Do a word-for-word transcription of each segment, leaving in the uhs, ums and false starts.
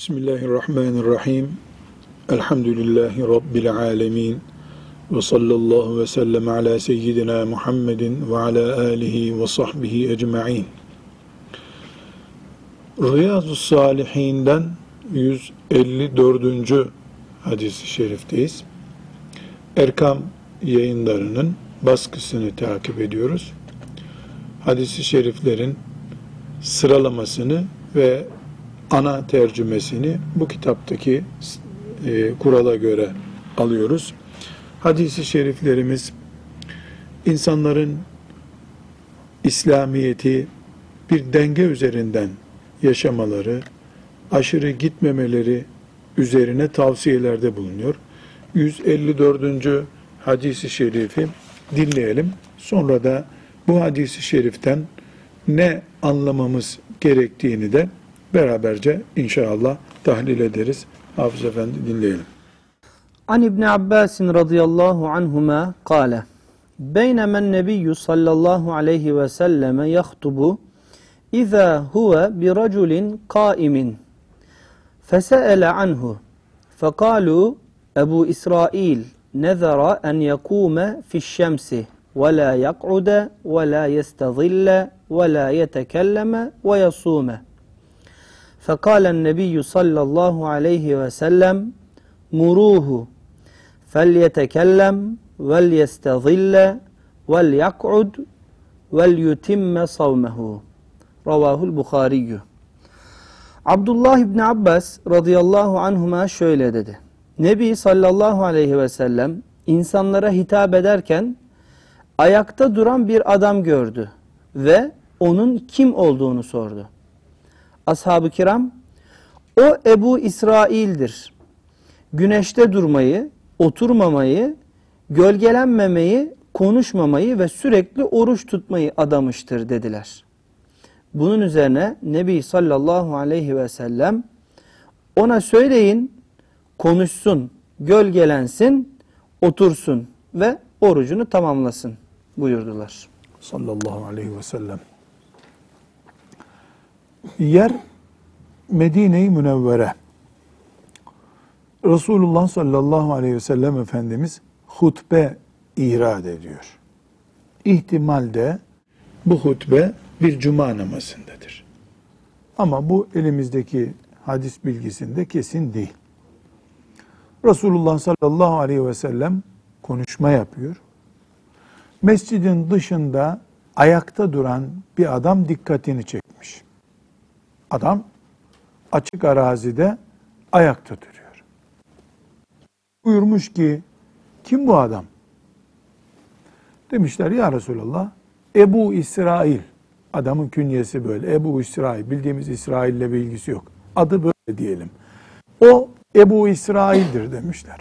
Bismillahirrahmanirrahim. Elhamdülillahi Rabbil alemin. Ve sallallahu ve sellem ala seyyidina Muhammedin ve ala alihi ve sahbihi ecma'in. Riyazu's-Salihin'den yüz elli dördüncü hadis-i şerifteyiz. Erkam yayınlarının baskısını takip ediyoruz. Hadis-i şeriflerin sıralamasını ve ana tercümesini bu kitaptaki e, kurala göre alıyoruz. Hadis-i şeriflerimiz insanların İslamiyeti bir denge üzerinden yaşamaları, aşırı gitmemeleri üzerine tavsiyelerde bulunuyor. yüz elli dördüncü hadis-i şerifi dinleyelim. Sonra da bu hadis-i şeriften ne anlamamız gerektiğini de beraberce inşallah tahlil ederiz. Hafız Efendi dinleyelim. An İbn Abbas radıyallahu anhuma kâle Beynemen nebiyyü sallallahu aleyhi ve selleme yahtubu İzâ huve bi raculin kâimin fese'ele anhu fekâlu Ebu İsrail nezara en yekûme fi'ş-şemsi ve lâ yak'ude ve lâ yestezille ve lâ yetekelleme ve yasûme. فقال النبي صلى الله عليه وسلم مروه فليتكلم وليستظل وليقعد وليتم صومه. Ravahul Bukhari. Abdullah İbni Abbas radıyallahu anhuma şöyle dedi. Nebi sallallahu aleyhi ve sellem insanlara hitap ederken ayakta duran bir adam gördü ve onun kim olduğunu sordu. Ashab-ı kiram, o Ebu İsrail'dir. Güneşte durmayı, oturmamayı, gölgelenmemeyi, konuşmamayı ve sürekli oruç tutmayı adamıştır dediler. Bunun üzerine Nebi sallallahu aleyhi ve sellem ona söyleyin, konuşsun, gölgelensin, otursun ve orucunu tamamlasın buyurdular. Sallallahu aleyhi ve sellem. Yer Medine-i Münevvere. Resulullah sallallahu aleyhi ve sellem Efendimiz hutbe irad ediyor. İhtimalde bu hutbe bir cuma namazındadır. Ama bu elimizdeki hadis bilgisinde kesin değil. Resulullah sallallahu aleyhi ve sellem konuşma yapıyor. Mescidin dışında ayakta duran bir adam dikkatini çekmiş. Adam açık arazide ayakta duruyor. Buyurmuş ki, kim bu adam? Demişler, ya Resulallah, Ebu İsrail. Adamın künyesi böyle, Ebu İsrail. Bildiğimiz İsrail'le bir ilgisi yok. Adı böyle diyelim. O Ebu İsrail'dir demişler.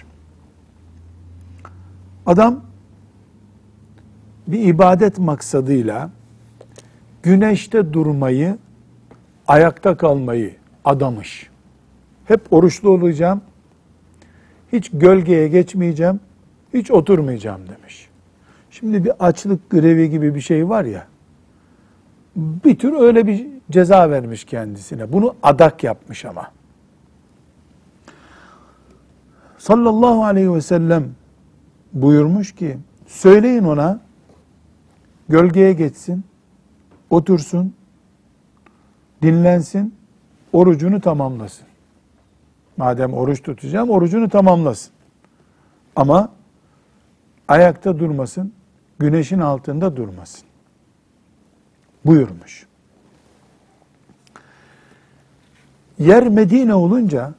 Adam bir ibadet maksadıyla güneşte durmayı, ayakta kalmayı adamış. Hep oruçlu olacağım, hiç gölgeye geçmeyeceğim, hiç oturmayacağım demiş. Şimdi bir açlık grevi gibi bir şey var ya, bir tür öyle bir ceza vermiş kendisine. Bunu adak yapmış ama. Sallallahu aleyhi ve sellem buyurmuş ki, söyleyin ona, gölgeye geçsin, otursun, dinlensin, orucunu tamamlasın. Madem oruç tutacağım, orucunu tamamlasın. Ama ayakta durmasın, güneşin altında durmasın. Buyurmuş. Yer Medine olunca,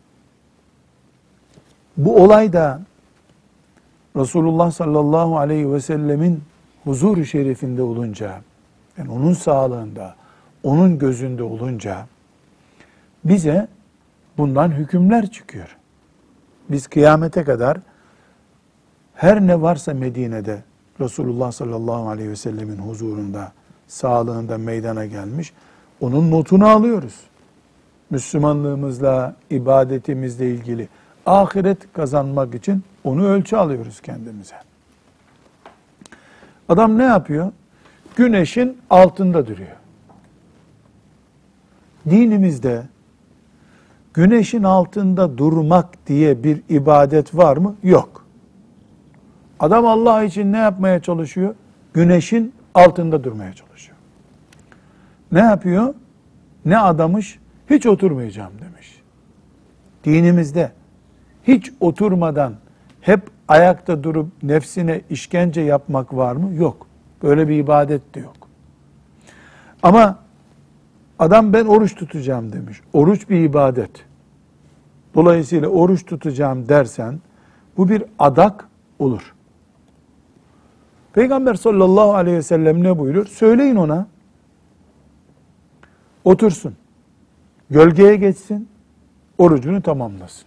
bu olay da Resulullah sallallahu aleyhi ve sellemin huzur-u şerifinde olunca, yani onun sağlığında, onun gözünde olunca bize bundan hükümler çıkıyor. Biz kıyamete kadar her ne varsa Medine'de Resulullah sallallahu aleyhi ve sellemin huzurunda, sağlığında meydana gelmiş, onun notunu alıyoruz. Müslümanlığımızla, ibadetimizle ilgili ahiret kazanmak için onu ölçü alıyoruz kendimize. Adam ne yapıyor? Güneşin altında durmak diye bir ibadet var mı? Yok. Adam Allah için ne yapmaya çalışıyor? Güneşin altında durmaya çalışıyor. Ne yapıyor? Ne adamış? Hiç oturmayacağım demiş. Dinimizde hiç oturmadan hep ayakta durup nefsine işkence yapmak var mı? Yok. Böyle bir ibadet de yok. Ama adam ben oruç tutacağım demiş. Oruç bir ibadet. Dolayısıyla oruç tutacağım dersen bu bir adak olur. Peygamber sallallahu aleyhi ve sellem ne buyurur? Söyleyin ona. Otursun. Gölgeye geçsin. Orucunu tamamlasın.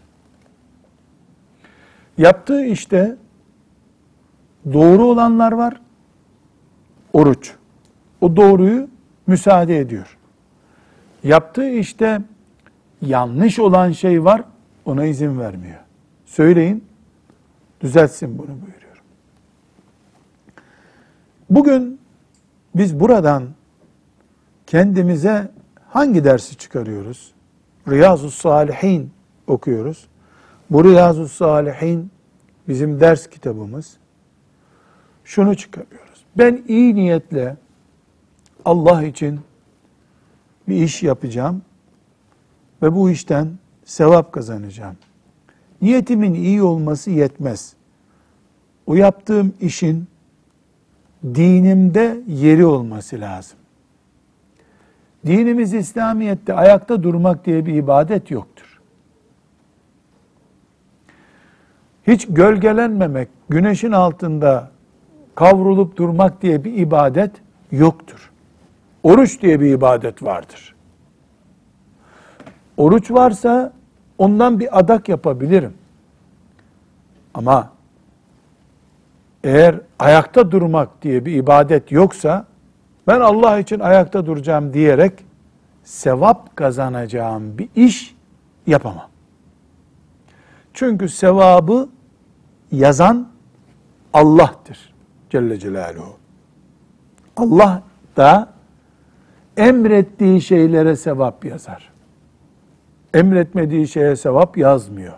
Yaptığı işte doğru olanlar var. Oruç. O doğruyu müsaade ediyor. Yaptığı işte yanlış olan şey var. Ona izin vermiyor. Söyleyin. Düzeltsin bunu buyuruyor. Bugün biz buradan kendimize hangi dersi çıkarıyoruz? Riyazus Salihin okuyoruz. Bu Riyazus Salihin bizim ders kitabımız. Şunu çıkarıyoruz. Ben iyi niyetle Allah için bir iş yapacağım ve bu işten sevap kazanacağım. Niyetimin iyi olması yetmez. O yaptığım işin dinimde yeri olması lazım. Dinimiz İslamiyet'te ayakta durmak diye bir ibadet yoktur. Hiç gölgelenmemek, güneşin altında kavrulup durmak diye bir ibadet yoktur. Oruç diye bir ibadet vardır. Oruç varsa ondan bir adak yapabilirim. Ama eğer ayakta durmak diye bir ibadet yoksa ben Allah için ayakta duracağım diyerek sevap kazanacağım bir iş yapamam. Çünkü sevabı yazan Allah'tır Celle Celaluhu. Allah da emrettiği şeylere sevap yazar. Emretmediği şeye sevap yazmıyor.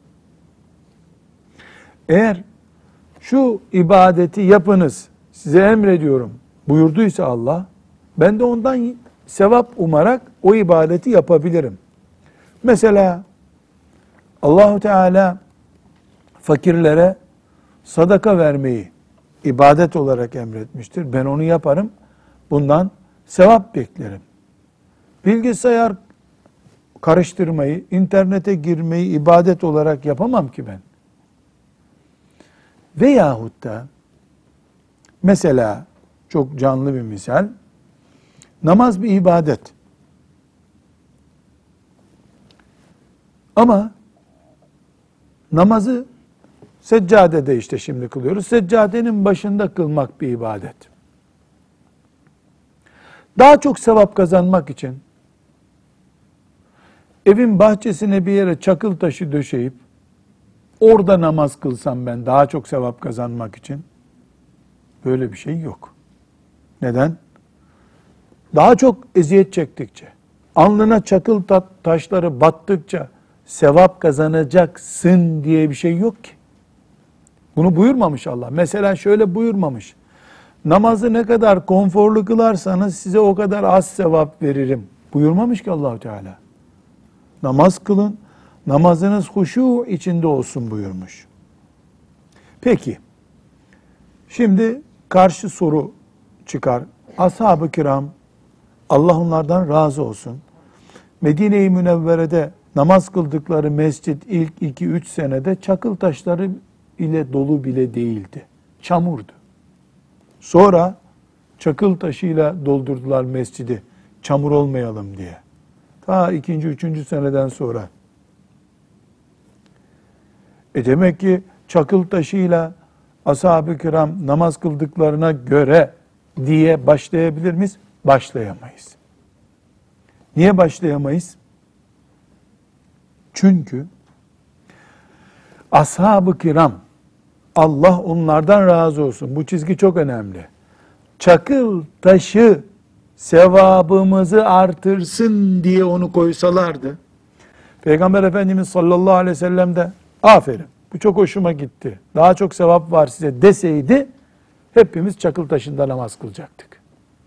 Eğer şu ibadeti yapınız, size emrediyorum buyurduysa Allah, ben de ondan sevap umarak o ibadeti yapabilirim. Mesela Allahu Teala fakirlere sadaka vermeyi ibadet olarak emretmiştir. Ben onu yaparım. Bundan sevap beklerim. Bilgisayar karıştırmayı, internete girmeyi ibadet olarak yapamam ki ben. Veyahut da mesela çok canlı bir misal, namaz bir ibadet. Ama namazı seccadede işte şimdi kılıyoruz. Seccadenin başında kılmak bir ibadet. Daha çok sevap kazanmak için evin bahçesine bir yere çakıl taşı döşeyip orada namaz kılsam ben daha çok sevap kazanmak için, böyle bir şey yok. Neden? Daha çok eziyet çektikçe, alnına çakıl taşları battıkça sevap kazanacaksın diye bir şey yok ki. Bunu buyurmamış Allah. Mesela şöyle buyurmamış. Namazı ne kadar konforlu kılarsanız size o kadar az sevap veririm. Buyurmamış ki Allah Teala. Namaz kılın, namazınız huşu içinde olsun buyurmuş. Peki, şimdi karşı soru çıkar. Ashab-ı kiram, Allah onlardan razı olsun, Medine-i Münevvere'de namaz kıldıkları mescit ilk iki üç senede çakıl taşları ile dolu bile değildi. Çamurdu. Sonra çakıl taşıyla doldurdular mescidi, çamur olmayalım diye. Ta ikinci, üçüncü seneden sonra. E demek ki çakıl taşıyla ashab-ı kiram namaz kıldıklarına göre diye başlayabilir miyiz? Başlayamayız. Niye başlayamayız? Çünkü ashab-ı kiram, Allah onlardan razı olsun, bu çizgi çok önemli, çakıl taşı sevabımızı artırsın diye onu koysalardı, Peygamber Efendimiz sallallahu aleyhi ve sellem de aferin, bu çok hoşuma gitti, daha çok sevap var size deseydi hepimiz çakıl taşında namaz kılacaktık.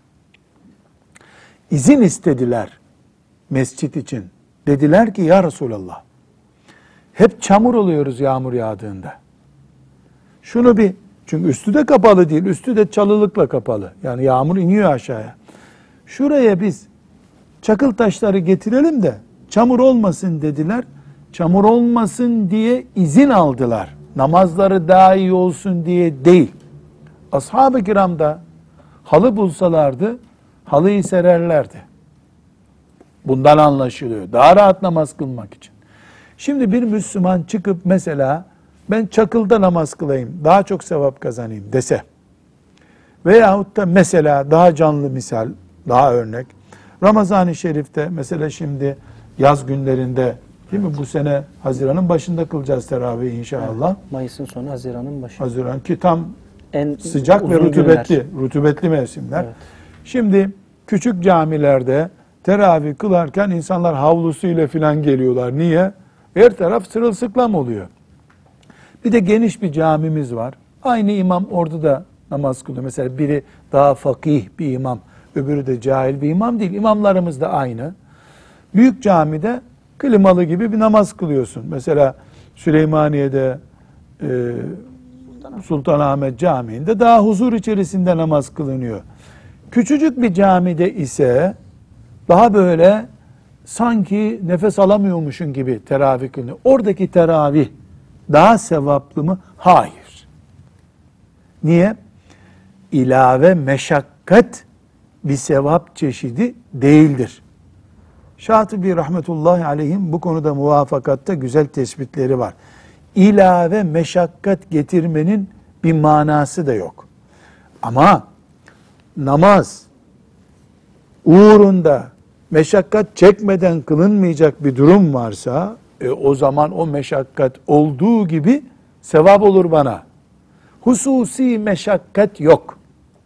İzin istediler mescit için. Dediler ki ya Resulallah, hep çamur oluyoruz yağmur yağdığında. Şunu bir, çünkü üstü de kapalı değil, üstü de çalılıkla kapalı. Yani yağmur iniyor aşağıya. Şuraya biz çakıl taşları getirelim de çamur olmasın dediler. Çamur olmasın diye izin aldılar. Namazları daha iyi olsun diye değil. Ashab-ı kiram da halı bulsalardı halıyı sererlerdi. Bundan anlaşılıyor. Daha rahat namaz kılmak için. Şimdi bir Müslüman çıkıp mesela ben çakılda namaz kılayım, daha çok sevap kazanayım dese veyahut da mesela daha canlı misal, daha örnek, Ramazan-ı Şerif'te mesela şimdi yaz günlerinde değil mi, bu sene Haziran'ın başında kılacağız teravih inşallah. Evet, Mayıs'ın sonu Haziran'ın başı. Haziran ki tam En sıcak ve uzun rutubetli, günler. rutubetli mevsimler. Evet. Şimdi küçük camilerde teravih kılarken insanlar havlusuyla filan geliyorlar. Niye? Her taraf sırılsıklam oluyor. Bir de geniş bir camimiz var. Aynı imam orada da namaz kılıyor. Mesela biri daha fakih bir imam, öbürü de cahil bir imam değil. İmamlarımız da aynı. Büyük camide klimalı gibi bir namaz kılıyorsun. Mesela Süleymaniye'de e, Sultanahmet Camii'nde daha huzur içerisinde namaz kılınıyor. Küçücük bir camide ise daha böyle sanki nefes alamıyormuşun gibi teravih kılınıyor. Oradaki teravih daha sevaplı mı? Hayır. Niye? İlave meşakkat bir sevap çeşidi değildir. Şatibi rahmetullahi aleyhim bu konuda muvafakatta güzel tespitleri var. İlave meşakkat getirmenin bir manası da yok. Ama namaz uğrunda meşakkat çekmeden kılınmayacak bir durum varsa e, o zaman o meşakkat olduğu gibi sevap olur bana. Hususi meşakkat yok.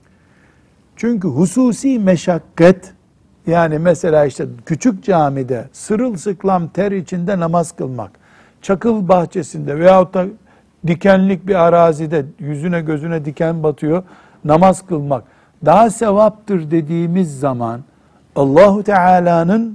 Çünkü hususi meşakkat, yani mesela işte küçük camide sırılsıklam ter içinde namaz kılmak, çakıl bahçesinde veyahut da dikenlik bir arazide yüzüne gözüne diken batıyor namaz kılmak daha sevaptır dediğimiz zaman Allahu Teala'nın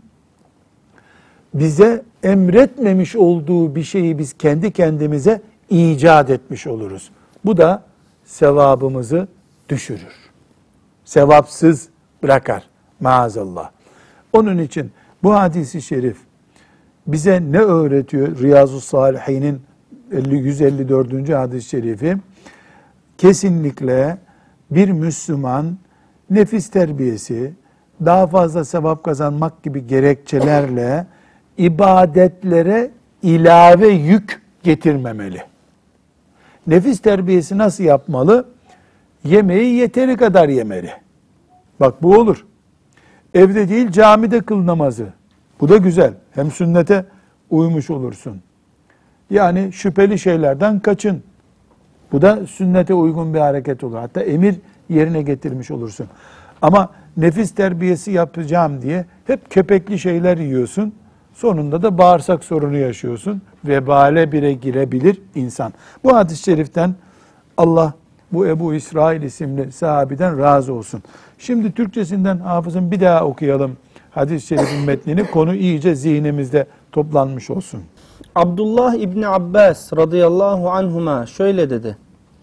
bize emretmemiş olduğu bir şeyi biz kendi kendimize icat etmiş oluruz. Bu da sevabımızı düşürür. Sevapsız bırakar maazallah. Onun için bu hadisi şerif bize ne öğretiyor? Riyazu's-Salihin'in yüz elli dördüncü hadis-i şerifi. Kesinlikle bir Müslüman nefis terbiyesi, daha fazla sevap kazanmak gibi gerekçelerle ibadetlere ilave yük getirmemeli. Nefis terbiyesi nasıl yapmalı? Yemeği yeteri kadar yemeli. Bak bu olur. Evde değil camide kıl namazı. Bu da güzel. Hem sünnete uymuş olursun. Yani şüpheli şeylerden kaçın. Bu da sünnete uygun bir hareket olur. Hatta emir yerine getirmiş olursun. Ama nefis terbiyesi yapacağım diye hep kepekli şeyler yiyorsun. Sonunda da bağırsak sorunu yaşıyorsun. Vebale bire girebilir insan. Bu hadis-i şeriften Allah bu Ebu İsrail isimli sahabiden razı olsun. Şimdi Türkçesinden hafızın bir daha okuyalım hadis-i şerifin metnini. Konu iyice zihnimizde toplanmış olsun. Abdullah İbni Abbas radıyallahu anhuma şöyle dedi.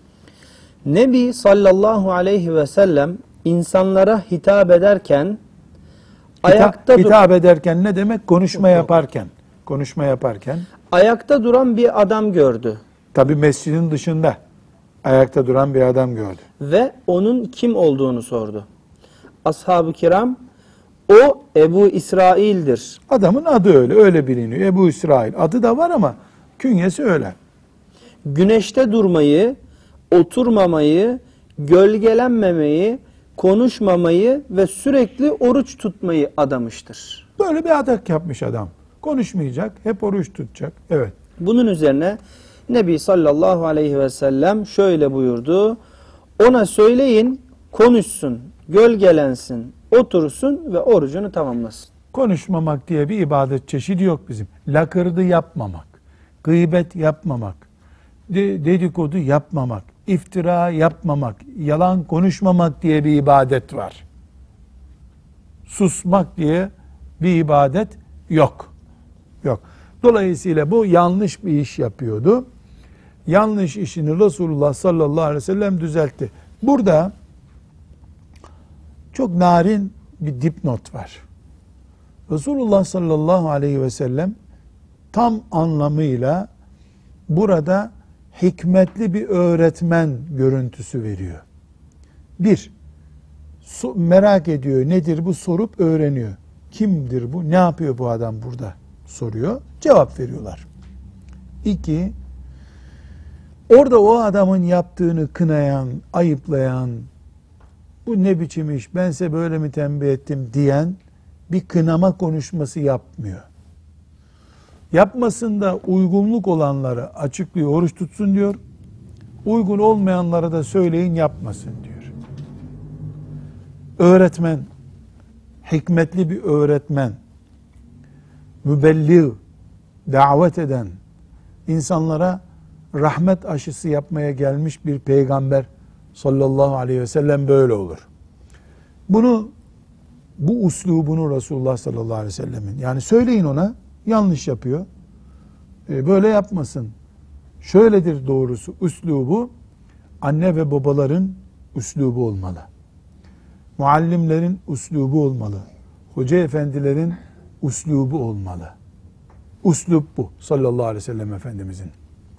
Nebi sallallahu aleyhi ve sellem insanlara hitap ederken ayakta Hita, hitap ederken ne demek? Konuşma yaparken. Konuşma yaparken. Ayakta duran bir adam gördü. Tabi mescidin dışında ayakta duran bir adam gördü. Ve onun kim olduğunu sordu. Ashab-ı kiram o Ebu İsrail'dir. Adamın adı öyle, öyle biliniyor. Ebu İsrail. Adı da var ama künyesi öyle. Güneşte durmayı, oturmamayı, gölgelenmemeyi, konuşmamayı ve sürekli oruç tutmayı adamıştır. Böyle bir adak yapmış adam. Konuşmayacak, hep oruç tutacak. Evet. Bunun üzerine Nebi sallallahu aleyhi ve sellem şöyle buyurdu. Ona söyleyin, konuşsun, gölgelensin, otursun ve orucunu tamamlasın. Konuşmamak diye bir ibadet çeşidi yok bizim. Lakırdı yapmamak, gıybet yapmamak, dedikodu yapmamak, iftira yapmamak, yalan konuşmamak diye bir ibadet var. Susmak diye bir ibadet yok. Yok. Dolayısıyla bu yanlış bir iş yapıyordu. Yanlış işini Resulullah sallallahu aleyhi ve sellem düzeltti. Burada çok narin bir dipnot var. Resulullah sallallahu aleyhi ve sellem tam anlamıyla burada hikmetli bir öğretmen görüntüsü veriyor. Bir, merak ediyor nedir bu, sorup öğreniyor. Kimdir bu, ne yapıyor bu adam burada soruyor. Cevap veriyorlar. İki, orada o adamın yaptığını kınayan, ayıplayan, bu ne biçim iş, ben size böyle mi tembih ettim diyen bir kınama konuşması yapmıyor. Yapmasında uygunluk olanları açıklıyor, oruç tutsun diyor. Uygun olmayanlara da söyleyin yapmasın diyor. Öğretmen, hikmetli bir öğretmen, mübelliğ, davet eden, insanlara rahmet aşısı yapmaya gelmiş bir peygamber sallallahu aleyhi ve sellem böyle olur. Bunu, bu uslubunu Resulullah sallallahu aleyhi ve sellemin, yani söyleyin ona, yanlış yapıyor, böyle yapmasın, şöyledir doğrusu, üslubu anne ve babaların üslubu olmalı. Muallimlerin üslubu olmalı. Hoca efendilerin üslubu olmalı. Üslub bu sallallahu aleyhi ve sellem Efendimizin.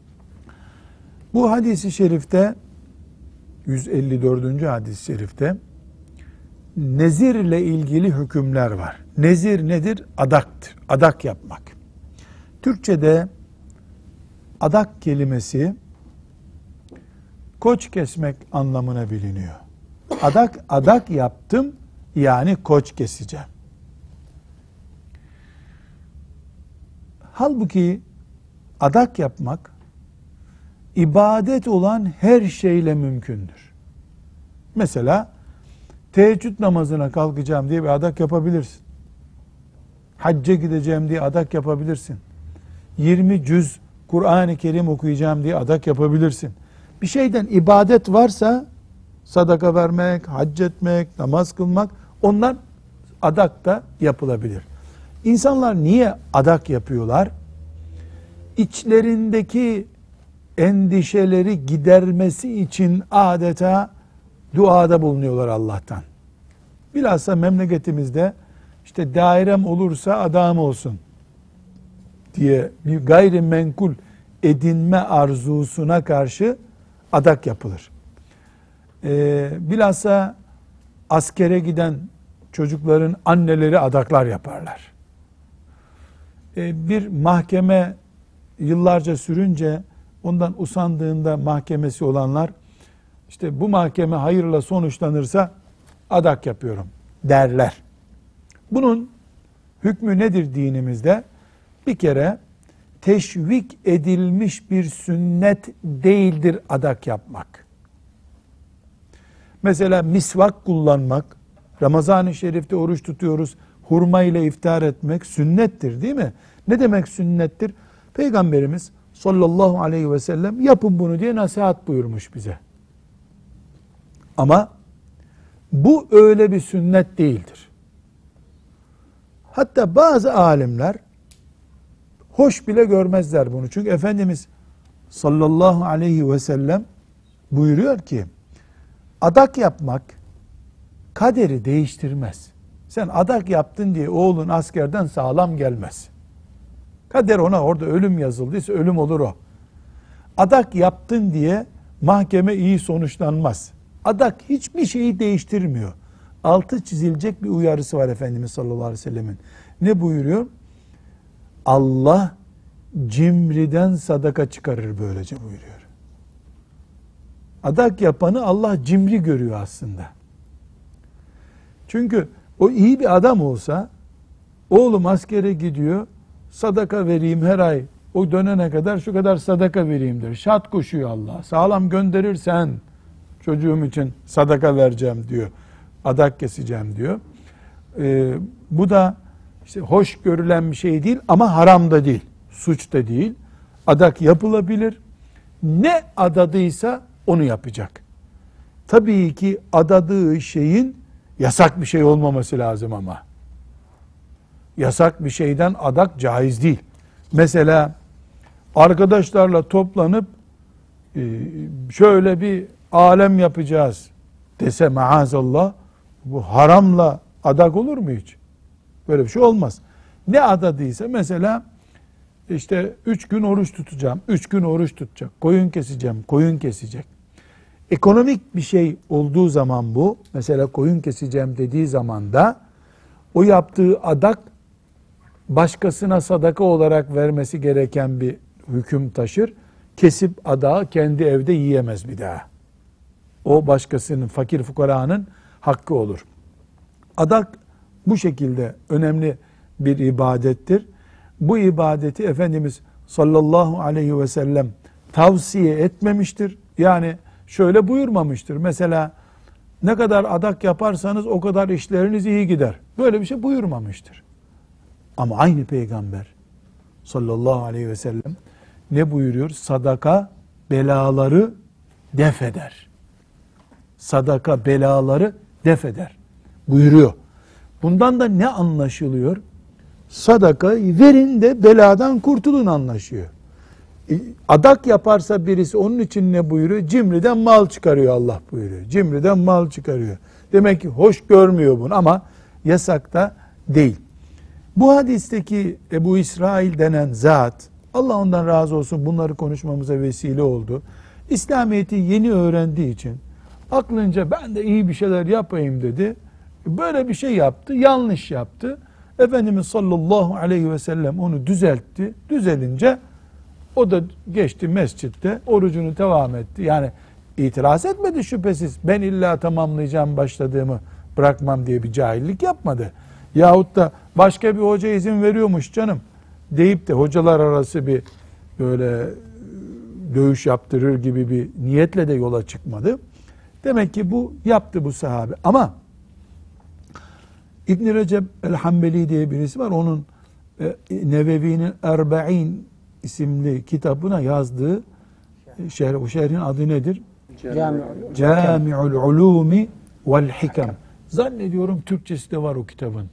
Bu hadis-i şerifte, yüz elli dördüncü hadis-i şerifte nezir ile ilgili hükümler var. Nezir nedir? Adaktır. Adak yapmak. Türkçe'de adak kelimesi koç kesmek anlamına biliniyor. Adak, adak yaptım yani koç keseceğim. Halbuki adak yapmak ibadet olan her şeyle mümkündür. Mesela teheccüd namazına kalkacağım diye bir adak yapabilirsin. Hacca gideceğim diye adak yapabilirsin. yirmi cüz Kur'an-ı Kerim okuyacağım diye adak yapabilirsin. Bir şeyden ibadet varsa sadaka vermek, hac etmek, namaz kılmak, onlar adak da yapılabilir. İnsanlar niye adak yapıyorlar? İçlerindeki endişeleri gidermesi için adeta duada bulunuyorlar Allah'tan. Bilhassa memleketimizde işte dairem olursa adam olsun diye bir gayrimenkul edinme arzusuna karşı adak yapılır. Ee, bilhassa askere giden çocukların anneleri adaklar yaparlar. Ee, bir mahkeme yıllarca sürünce ondan usandığında mahkemesi olanlar, işte bu mahkeme hayırla sonuçlanırsa adak yapıyorum derler. Bunun hükmü nedir dinimizde? Bir kere teşvik edilmiş bir sünnet değildir adak yapmak. Mesela misvak kullanmak, Ramazan-ı Şerif'te oruç tutuyoruz, hurma ile iftar etmek sünnettir değil mi? Ne demek sünnettir? Peygamberimiz sallallahu aleyhi ve sellem yapın bunu diye nasihat buyurmuş bize. Ama bu öyle bir sünnet değildir. Hatta bazı alimler hoş bile görmezler bunu. Çünkü Efendimiz sallallahu aleyhi ve sellem buyuruyor ki adak yapmak kaderi değiştirmez. Sen adak yaptın diye oğlun askerden sağlam gelmez. Kader ona orada ölüm yazıldıysa ölüm olur o. Adak yaptın diye mahkeme iyi sonuçlanmaz. Adak hiçbir şeyi değiştirmiyor. Altı çizilecek bir uyarısı var Efendimiz sallallahu aleyhi ve sellemin. Ne buyuruyor? Allah cimriden sadaka çıkarır böylece buyuruyor. Adak yapanı Allah cimri görüyor aslında. Çünkü o iyi bir adam olsa, oğlum askere gidiyor, sadaka vereyim her ay, o dönene kadar şu kadar sadaka vereyim der. Şart koşuyor Allah. Sağlam gönderirsen çocuğum için sadaka vereceğim diyor. Adak keseceğim diyor. Ee, bu da işte hoş görülen bir şey değil ama haram da değil, suç da değil. Adak yapılabilir. Ne adadıysa onu yapacak. Tabii ki adadığı şeyin yasak bir şey olmaması lazım ama. Yasak bir şeyden adak caiz değil. Mesela arkadaşlarla toplanıp şöyle bir alem yapacağız dese maazallah, bu haramla adak olur mu hiç? Böyle bir şey olmaz. Ne adadıysa mesela işte üç gün oruç tutacağım, üç gün oruç tutacak, koyun keseceğim, koyun kesecek. Ekonomik bir şey olduğu zaman bu, mesela koyun keseceğim dediği zaman da o yaptığı adak başkasına sadaka olarak vermesi gereken bir hüküm taşır. Kesip adağı kendi evde yiyemez bir daha. O başkasının, fakir fukaranın hakkı olur. Adak bu şekilde önemli bir ibadettir. Bu ibadeti Efendimiz sallallahu aleyhi ve sellem tavsiye etmemiştir. Yani şöyle buyurmamıştır. Mesela ne kadar adak yaparsanız o kadar işleriniz iyi gider. Böyle bir şey buyurmamıştır. Ama aynı peygamber sallallahu aleyhi ve sellem ne buyuruyor? Sadaka belaları def eder. Sadaka belaları def eder buyuruyor. Bundan da ne anlaşılıyor? Sadakayı verin de beladan kurtulun anlaşıyor. Adak yaparsa birisi onun için ne buyuruyor? Cimriden mal çıkarıyor Allah buyuruyor. Cimriden mal çıkarıyor. Demek ki hoş görmüyor bunu ama yasakta değil. Bu hadisteki Ebu İsrail denen zat, Allah ondan razı olsun, bunları konuşmamıza vesile oldu. İslamiyet'i yeni öğrendiği için aklınca ben de iyi bir şeyler yapayım dedi. Böyle bir şey yaptı, yanlış yaptı. Efendimiz sallallahu aleyhi ve sellem onu düzeltti. Düzelince o da geçti mescitte, orucunu devam etti. Yani itiraz etmedi şüphesiz. Ben illa tamamlayacağım, başladığımı bırakmam diye bir cahillik yapmadı. Yahut da başka bir hoca izin veriyormuş canım deyip de hocalar arası bir böyle dövüş yaptırır gibi bir niyetle de yola çıkmadı. Demek ki bu yaptı bu sahabe. Ama İbn Recep el-Hanbeli diye birisi var. Onun e, Nevevi'nin Erba'in isimli kitabına yazdığı şerh, o şerhin adı nedir? Cami'ul Ulumi vel Hikam. Zannediyorum Türkçesi de var o kitabın.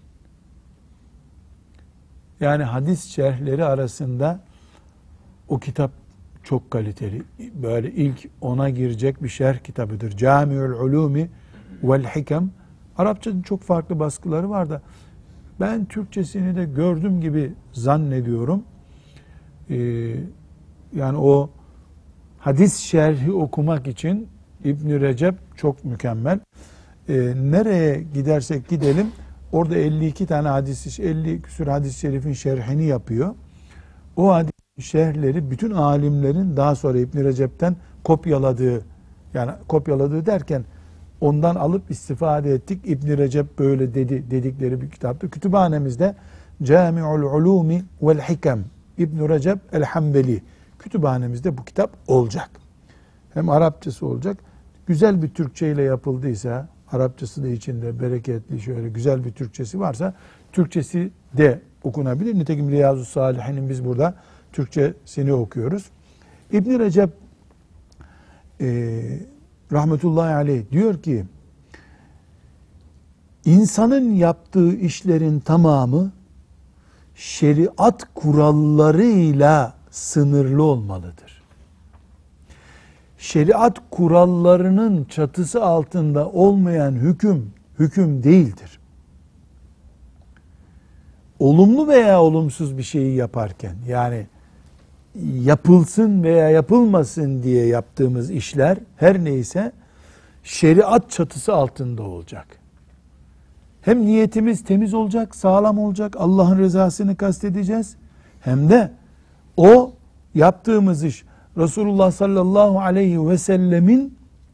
Yani hadis şerhleri arasında o kitap çok kaliteli. Böyle ilk ona girecek bir şerh kitabıdır. Cami'ul Ulumi vel Hikam. Arapçanın çok farklı baskıları var da ben Türkçesini de gördüm gibi zannediyorum. Ee, yani o hadis şerhi okumak için İbn Recep çok mükemmel. Ee, nereye gidersek gidelim orada elli iki tane hadis, elli küsur hadis-i şerifin şerhini yapıyor. O hadis şerhleri bütün alimlerin daha sonra İbn Recep'ten kopyaladığı, yani kopyaladığı derken ondan alıp istifade ettik. İbn Recep böyle dedi dedikleri bir kitaptı. Kütüphanemizde Cami'ul Ulumi vel Hikam İbn Recep el-Hanbeli kütüphanemizde bu kitap olacak. Hem Arapçası olacak. Güzel bir Türkçe ile yapıldıysa, Arapçası da içinde bereketli şöyle güzel bir Türkçesi varsa Türkçesi de okunabilir. Nitekim Riyazu Salihin'in biz burada Türkçesini okuyoruz. İbn Recep e, rahmetullahi aleyh diyor ki insanın yaptığı işlerin tamamı şeriat kurallarıyla sınırlı olmalıdır. Şeriat kurallarının çatısı altında olmayan hüküm, hüküm değildir. Olumlu veya olumsuz bir şeyi yaparken, yani yapılsın veya yapılmasın diye yaptığımız işler her neyse şeriat çatısı altında olacak. Hem niyetimiz temiz olacak, sağlam olacak, Allah'ın rızasını kastedeceğiz. Hem de o yaptığımız iş Resulullah sallallahu aleyhi ve sellemin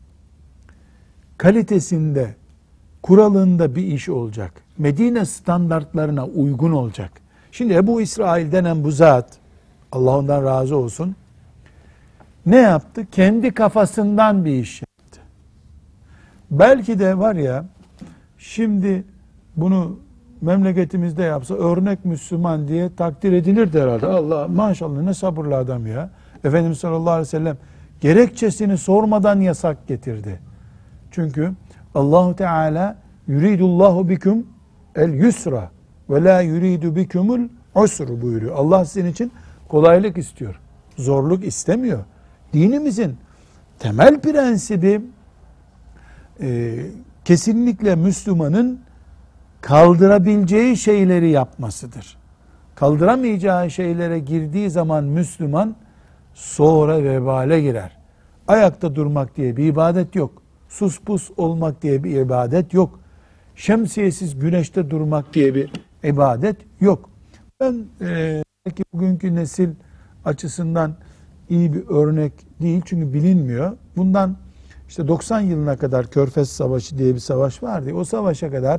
kalitesinde, kuralında bir iş olacak. Medine standartlarına uygun olacak. Şimdi Ebu İsrail denen bu zat, Allah ondan razı olsun, ne yaptı? Kendi kafasından bir iş yaptı. Belki de var ya, şimdi bunu memleketimizde yapsa örnek Müslüman diye takdir edilirdi herhalde. Allah maşallah ne sabırlı adam ya. Efendimiz sallallahu aleyhi ve sellem gerekçesini sormadan yasak getirdi. Çünkü Allahu Teala yuridullahu bikum el yusra ve la yuridu bikumul usru buyuruyor. Allah sizin için kolaylık istiyor. Zorluk istemiyor. Dinimizin temel prensibi e, kesinlikle Müslümanın kaldırabileceği şeyleri yapmasıdır. Kaldıramayacağı şeylere girdiği zaman Müslüman sonra vebale girer. Ayakta durmak diye bir ibadet yok. Sus pus olmak diye bir ibadet yok. Şemsiyesiz güneşte durmak diye bir ibadet yok. Ben e, belki bugünkü nesil açısından iyi bir örnek değil çünkü bilinmiyor. Bundan işte doksan yılına kadar Körfez Savaşı diye bir savaş vardı. O savaşa kadar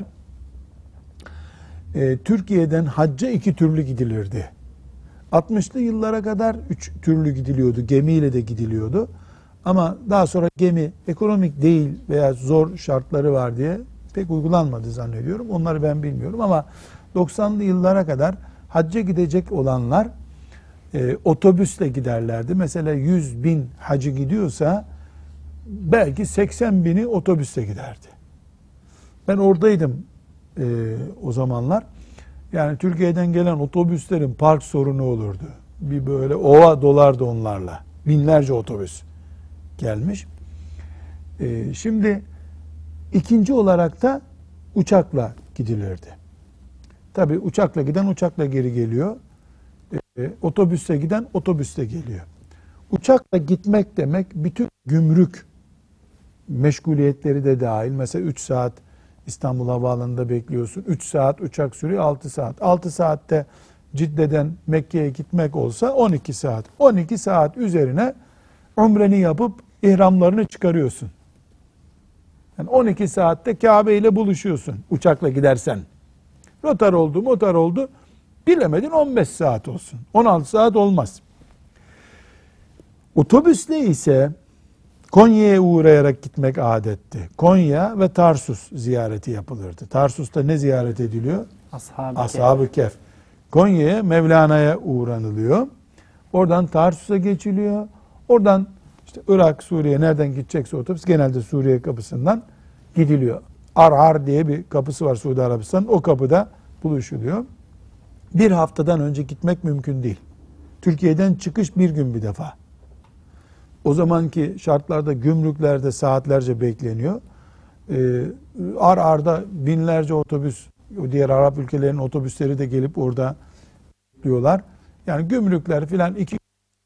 e, Türkiye'den hacca iki türlü gidilirdi. altmışlı yıllara kadar üç türlü gidiliyordu. Gemiyle de gidiliyordu. Ama daha sonra gemi ekonomik değil veya zor şartları var diye pek uygulanmadı zannediyorum. Onları ben bilmiyorum ama doksanlı yıllara kadar hacca gidecek olanlar e, otobüsle giderlerdi. Mesela yüz bin hacı gidiyorsa belki seksen bini otobüsle giderdi. Ben oradaydım e, o zamanlar. Yani Türkiye'den gelen otobüslerin park sorunu olurdu. Bir böyle ova dolardı onlarla. Binlerce otobüs gelmiş. E, şimdi ikinci olarak da uçakla gidilirdi. Tabii uçakla giden uçakla geri geliyor. E, otobüsle giden otobüsle geliyor. Uçakla gitmek demek bütün gümrük meşguliyetleri de dahil. Mesela üç saat İstanbul Havaalanı'nda bekliyorsun. üç saat uçak sürüyor, altı saat. altı saatte Cidde'den Mekke'ye gitmek olsa on iki saat. on iki saat üzerine umreni yapıp ihramlarını çıkarıyorsun. Yani on iki saatte Kabe ile buluşuyorsun uçakla gidersen. Rotar oldu, motor oldu. Bilemedin on beş saat olsun. on altı saat olmaz. Otobüsle ise Konya'ya uğrayarak gitmek adetti. Konya ve Tarsus ziyareti yapılırdı. Tarsus'ta ne ziyaret ediliyor? Ashab-ı Ashab-ı Kehf. Konya'ya, Mevlana'ya uğranılıyor. Oradan Tarsus'a geçiliyor. Oradan işte Irak, Suriye nereden gidecekse otobüs genelde Suriye kapısından gidiliyor. Ar-Ar diye bir kapısı var Suudi Arabistan. O kapıda buluşuluyor. Bir haftadan önce gitmek mümkün değil. Türkiye'den çıkış bir gün bir defa. O zamanki şartlarda gümrüklerde saatlerce bekleniyor. Ee, ar arda binlerce otobüs, o diğer Arap ülkelerinin otobüsleri de gelip orada bekliyorlar. Yani gümrükler filan iki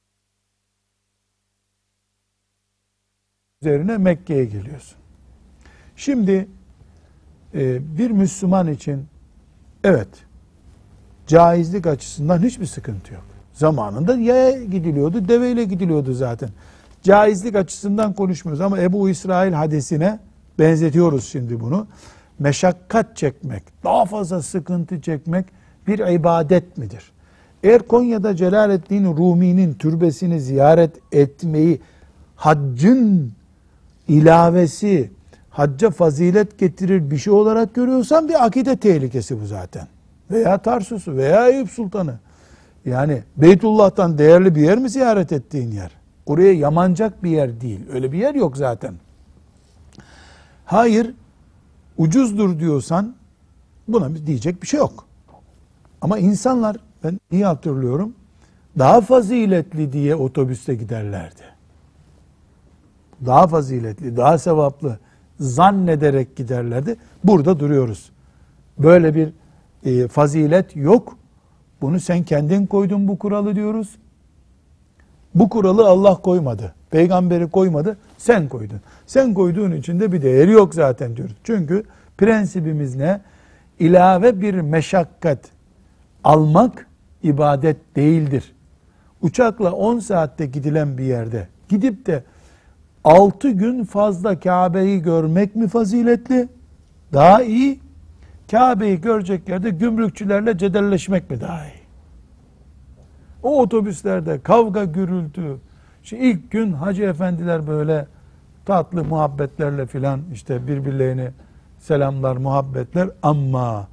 üzerine Mekke'ye geliyorsun. Şimdi e, bir Müslüman için evet caizlik açısından hiçbir sıkıntı yok. Zamanında yaya gidiliyordu, deveyle gidiliyordu zaten. Caizlik açısından konuşmuyoruz ama Ebu İsrail hadisine benzetiyoruz şimdi bunu. Meşakkat çekmek, daha fazla sıkıntı çekmek bir ibadet midir? Eğer Konya'da Celaleddin Rumi'nin türbesini ziyaret etmeyi haccın ilavesi, hacca fazilet getirir bir şey olarak görüyorsan bir akide tehlikesi bu zaten. Veya Tarsus'u veya Eyüp Sultan'ı. Yani Beytullah'tan değerli bir yer mi ziyaret ettiğin yer? Oraya yamanacak bir yer değil. Öyle bir yer yok zaten. Hayır, ucuzdur diyorsan buna diyecek bir şey yok. Ama insanlar, ben iyi hatırlıyorum, daha faziletli diye otobüste giderlerdi. Daha faziletli, daha sevaplı zannederek giderlerdi. Burada duruyoruz. Böyle bir e, fazilet yok. Bunu sen kendin koydun bu kuralı diyoruz. Bu kuralı Allah koymadı. Peygamberi koymadı. Sen koydun. Sen koyduğun için de bir değeri yok zaten diyoruz. Çünkü prensibimiz ne? İlave bir meşakkat almak ibadet değildir. Uçakla on saatte gidilen bir yerde gidip de altı gün fazla Kabe'yi görmek mi faziletli? Daha iyi. Kabe'yi görecek yerde gümrükçülerle cedelleşmek mi daha iyi? O otobüslerde kavga gürültü. İşte ilk gün hacı efendiler böyle tatlı muhabbetlerle filan işte birbirlerini selamlar, muhabbetler ama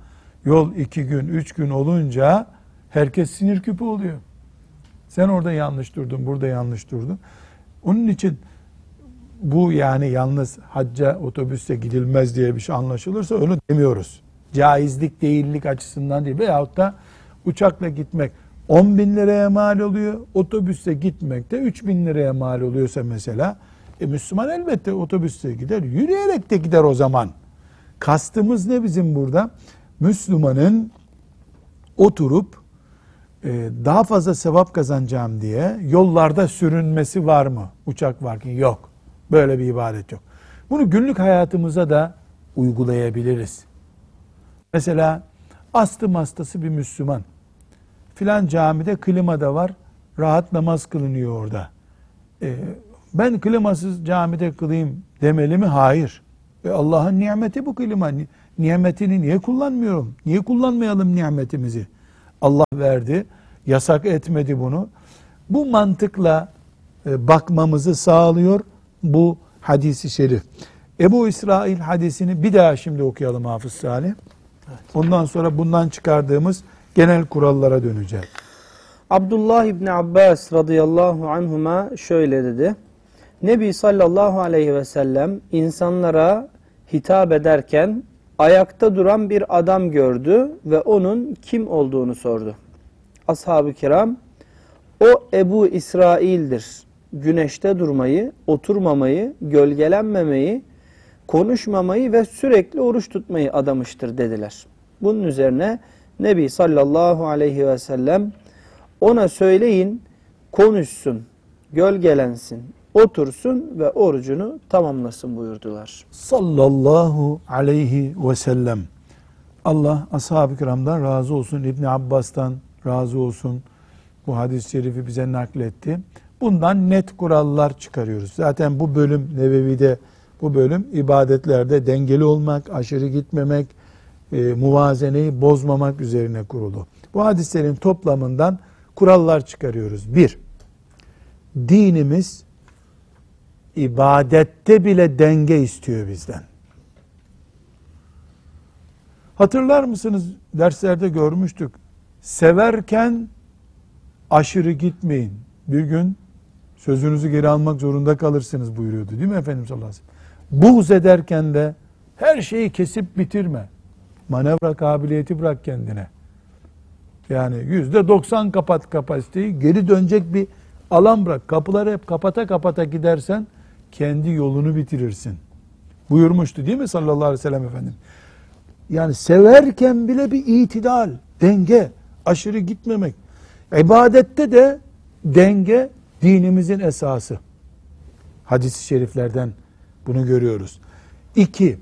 Yol iki gün, üç gün olunca herkes sinir küpü oluyor. Sen orada yanlış durdun, burada yanlış durdun. Onun için bu yani yalnız hacca otobüste gidilmez diye bir şey anlaşılırsa onu demiyoruz. Caizlik, değillik açısından değil. Veyahut da uçakla gitmek on bin liraya mal oluyor. Otobüste gitmek de üç bin liraya mal oluyorsa mesela e, Müslüman elbette otobüste gider. Yürüyerek de gider o zaman. Kastımız ne bizim burada? Müslümanın oturup e, daha fazla sevap kazanacağım diye yollarda sürünmesi var mı? Uçak varken yok. Böyle bir ibadet yok. Bunu günlük hayatımıza da uygulayabiliriz. Mesela astım hastası bir Müslüman. Filan camide klima da var. Rahat namaz kılınıyor orada. E, ben klimasız camide kılayım demeli mi? Hayır. E, Allah'ın nimeti bu klima. Nimetini niye kullanmıyorum? Niye kullanmayalım nimetimizi? Allah verdi. Yasak etmedi bunu. Bu mantıkla e, bakmamızı sağlıyor bu hadisi şerif. Ebu İsrail hadisini bir daha şimdi okuyalım Hafız Salih. Evet. Ondan sonra bundan çıkardığımız genel kurallara döneceğiz. Abdullah İbni Abbas radıyallahu anhuma şöyle dedi. Nebi sallallahu aleyhi ve sellem insanlara hitap ederken ayakta duran bir adam gördü ve onun kim olduğunu sordu. Ashab-ı kiram, o Ebu İsrail'dir. Güneşte durmayı, oturmamayı, gölgelenmemeyi, konuşmamayı ve sürekli oruç tutmayı adamıştır dediler. Bunun üzerine Nebi sallallahu aleyhi ve sellem ona söyleyin konuşsun, gölgelensin, otursun ve orucunu tamamlasın buyurdular. Sallallahu aleyhi ve sellem. Allah ashab-ı kiramdan razı olsun. İbn Abbas'tan razı olsun. Bu hadis-i şerifi bize nakletti. Bundan net kurallar çıkarıyoruz. Zaten bu bölüm Nevevi'de, bu bölüm ibadetlerde dengeli olmak, aşırı gitmemek, e, muvazeneyi bozmamak üzerine kurulu. Bu hadislerin toplamından kurallar çıkarıyoruz. Bir, dinimiz ibadette bile denge istiyor bizden. Hatırlar mısınız? Derslerde görmüştük. Severken aşırı gitmeyin. Bir gün sözünüzü geri almak zorunda kalırsınız buyuruyordu değil mi Efendimiz sallallahu aleyhi ve sellem? Buğz ederken de her şeyi kesip bitirme. Manevra kabiliyeti bırak kendine. Yani yüzde doksan kapat kapasiteyi, geri dönecek bir alan bırak. Kapıları hep kapata kapata gidersen kendi yolunu bitirirsin. Buyurmuştu değil mi sallallahu aleyhi ve sellem Efendim? Yani severken bile bir itidal, denge, aşırı gitmemek. İbadette de denge dinimizin esası. Hadis-i şeriflerden bunu görüyoruz. İki,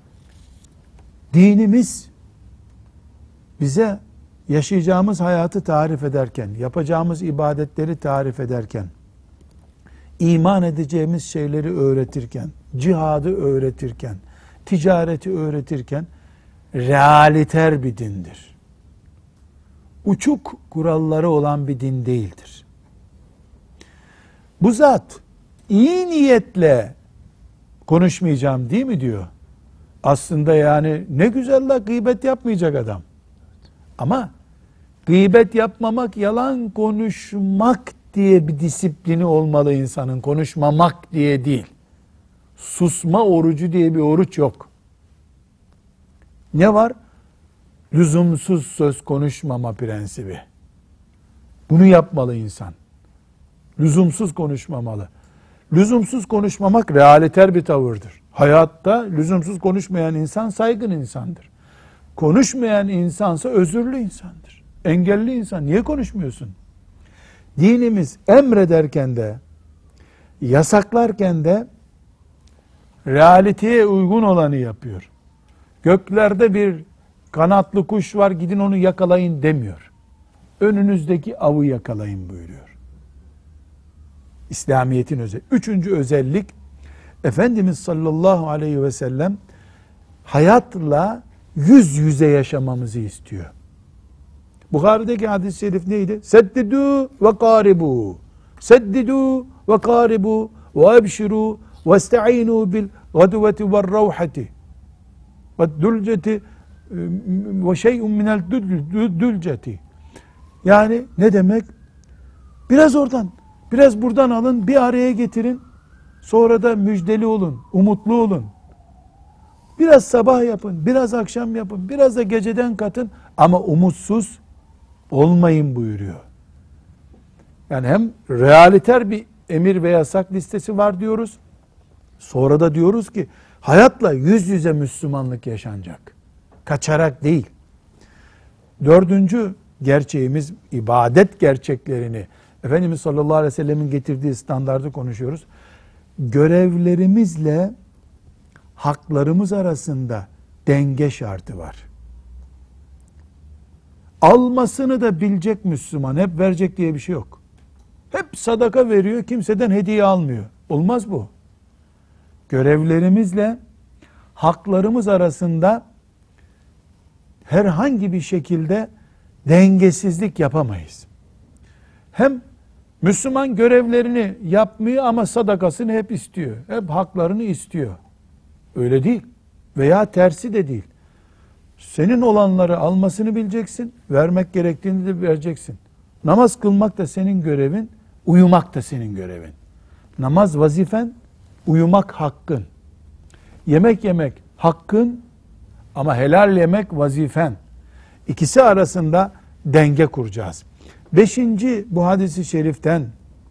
dinimiz bize yaşayacağımız hayatı tarif ederken, yapacağımız ibadetleri tarif ederken, iman edeceğimiz şeyleri öğretirken, cihadı öğretirken, ticareti öğretirken realiter bir dindir. Uçuk kuralları olan bir din değildir. Bu zat iyi niyetle konuşmayacağım değil mi diyor. Aslında yani ne güzel la gıybet yapmayacak adam. Ama gıybet yapmamak, yalan konuşmak diye bir disiplini olmalı insanın. Konuşmamak diye değil. Susma orucu diye bir oruç yok. Ne var? Lüzumsuz söz konuşmama prensibi. Bunu yapmalı insan. Lüzumsuz konuşmamalı. Lüzumsuz konuşmamak realiter bir tavırdır. Hayatta lüzumsuz konuşmayan insan saygın insandır. Konuşmayan insansa özürlü insandır. Engelli insan. Niye konuşmuyorsun? Dinimiz emrederken de, yasaklarken de realiteye uygun olanı yapıyor. Göklerde bir kanatlı kuş var, gidin onu yakalayın demiyor. Önünüzdeki avı yakalayın buyuruyor. İslamiyet'in özelliği. Üçüncü özellik, Efendimiz sallallahu aleyhi ve sellem hayatla yüz yüze yaşamamızı istiyor. Bukhari'deki hadis-i şerif neydi? Seddidu ve karibu. Seddidu ve karibu ve ebşiru ve esta'inu bil gadveti ve ravhati ve dulceti ve şey'un minel dülceti. Yani ne demek? Biraz oradan, biraz buradan alın, bir araya getirin. Sonra da müjdeli olun, umutlu olun. Biraz sabah yapın, biraz akşam yapın, biraz da geceden katın ama umutsuz olmayın buyuruyor. Yani hem realiter bir emir ve yasak listesi var diyoruz. Sonra da diyoruz ki hayatla yüz yüze Müslümanlık yaşanacak. Kaçarak değil. Dördüncü gerçeğimiz ibadet gerçeklerini Efendimiz sallallahu aleyhi ve sellemin getirdiği standardı konuşuyoruz. Görevlerimizle haklarımız arasında denge şartı var. Almasını da bilecek Müslüman. Hep verecek diye bir şey yok. Hep sadaka veriyor, kimseden hediye almıyor. Olmaz bu. Görevlerimizle haklarımız arasında herhangi bir şekilde dengesizlik yapamayız. Hem Müslüman görevlerini yapmıyor ama sadakasını hep istiyor. Hep haklarını istiyor. Öyle değil. Veya tersi de değil. Senin olanları almasını bileceksin, vermek gerektiğini de vereceksin. Namaz kılmak da senin görevin, uyumak da senin görevin. Namaz vazifen, uyumak hakkın. Yemek yemek hakkın ama helal yemek vazifen. İkisi arasında denge kuracağız. Beşinci bu hadisi şeriften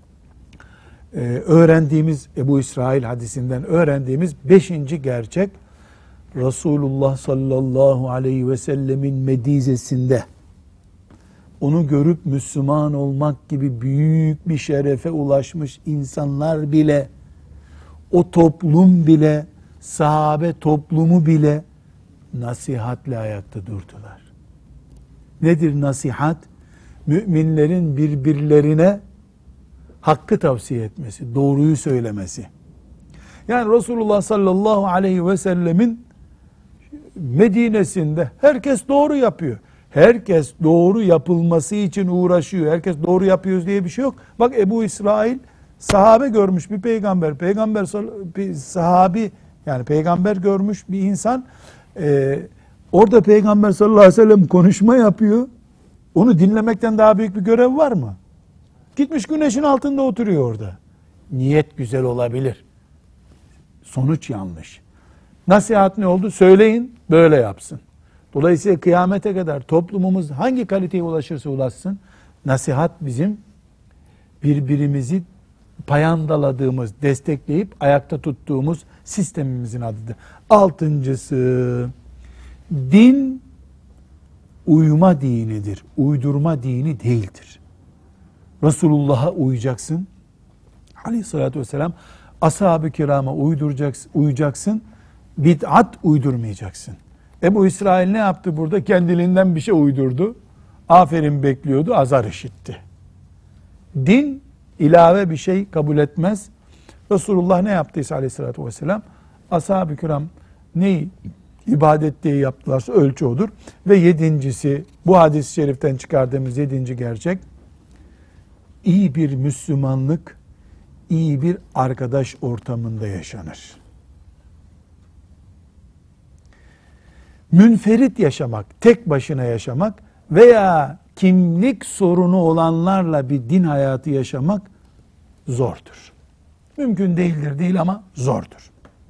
e, öğrendiğimiz, Ebu İsrail hadisinden öğrendiğimiz beşinci gerçek, Resulullah sallallahu aleyhi ve sellemin medizesinde onu görüp Müslüman olmak gibi büyük bir şerefe ulaşmış insanlar bile, o toplum bile, sahabe toplumu bile nasihatle ayakta durdular. Nedir nasihat? Müminlerin birbirlerine hakkı tavsiye etmesi, doğruyu söylemesi. Yani Resulullah sallallahu aleyhi ve sellemin Medine'sinde herkes doğru yapıyor. Herkes doğru yapılması için uğraşıyor. Herkes doğru yapıyoruz diye bir şey yok. Bak Ebu İsrail sahabe görmüş bir peygamber. Peygamber bir sahabi yani peygamber görmüş bir insan. Ee, orada Peygamber sallallahu aleyhi ve sellem konuşma yapıyor. Onu dinlemekten daha büyük bir görev var mı? Gitmiş güneşin altında oturuyor orada. Niyet güzel olabilir. Sonuç yanlış. Nasihat ne oldu? Söyleyin, böyle yapsın. Dolayısıyla kıyamete kadar toplumumuz hangi kaliteye ulaşırsa ulaşsın, nasihat bizim birbirimizi payandaladığımız, destekleyip ayakta tuttuğumuz sistemimizin adıdır. Altıncısı, din uyuma dinidir. Uydurma dini değildir. Resulullah'a uyacaksın. Aleyhissalatü vesselam ashab-ı kirama uyduracaksın, uyacaksın. Bid'at uydurmayacaksın. Ebu İsrail ne yaptı burada? Kendiliğinden bir şey uydurdu. Aferin bekliyordu, azar işitti. Din ilave bir şey kabul etmez. Resulullah ne yaptıysa aleyhissalatü vesselam, ashab-ı kiram neyi ibadet diye yaptılarsa ölçü odur. Ve yedincisi, bu hadis-i şeriften çıkardığımız yedinci gerçek, iyi bir Müslümanlık, iyi bir arkadaş ortamında yaşanır. Münferit yaşamak, tek başına yaşamak veya kimlik sorunu olanlarla bir din hayatı yaşamak zordur. Mümkün değildir değil ama zordur.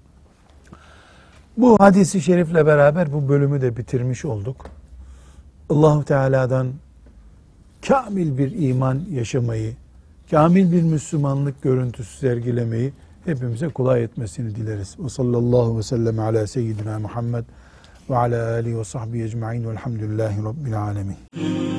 Bu hadisi şerifle beraber bu bölümü de bitirmiş olduk. Allah-u Teala'dan kamil bir iman yaşamayı, kamil bir Müslümanlık görüntüsü sergilemeyi hepimize kolay etmesini dileriz. Ve sallallahu ve sellem ala seyyidina Muhammed ve ala alihi ve sahbihi ecma'in velhamdülillahi rabbil alemin.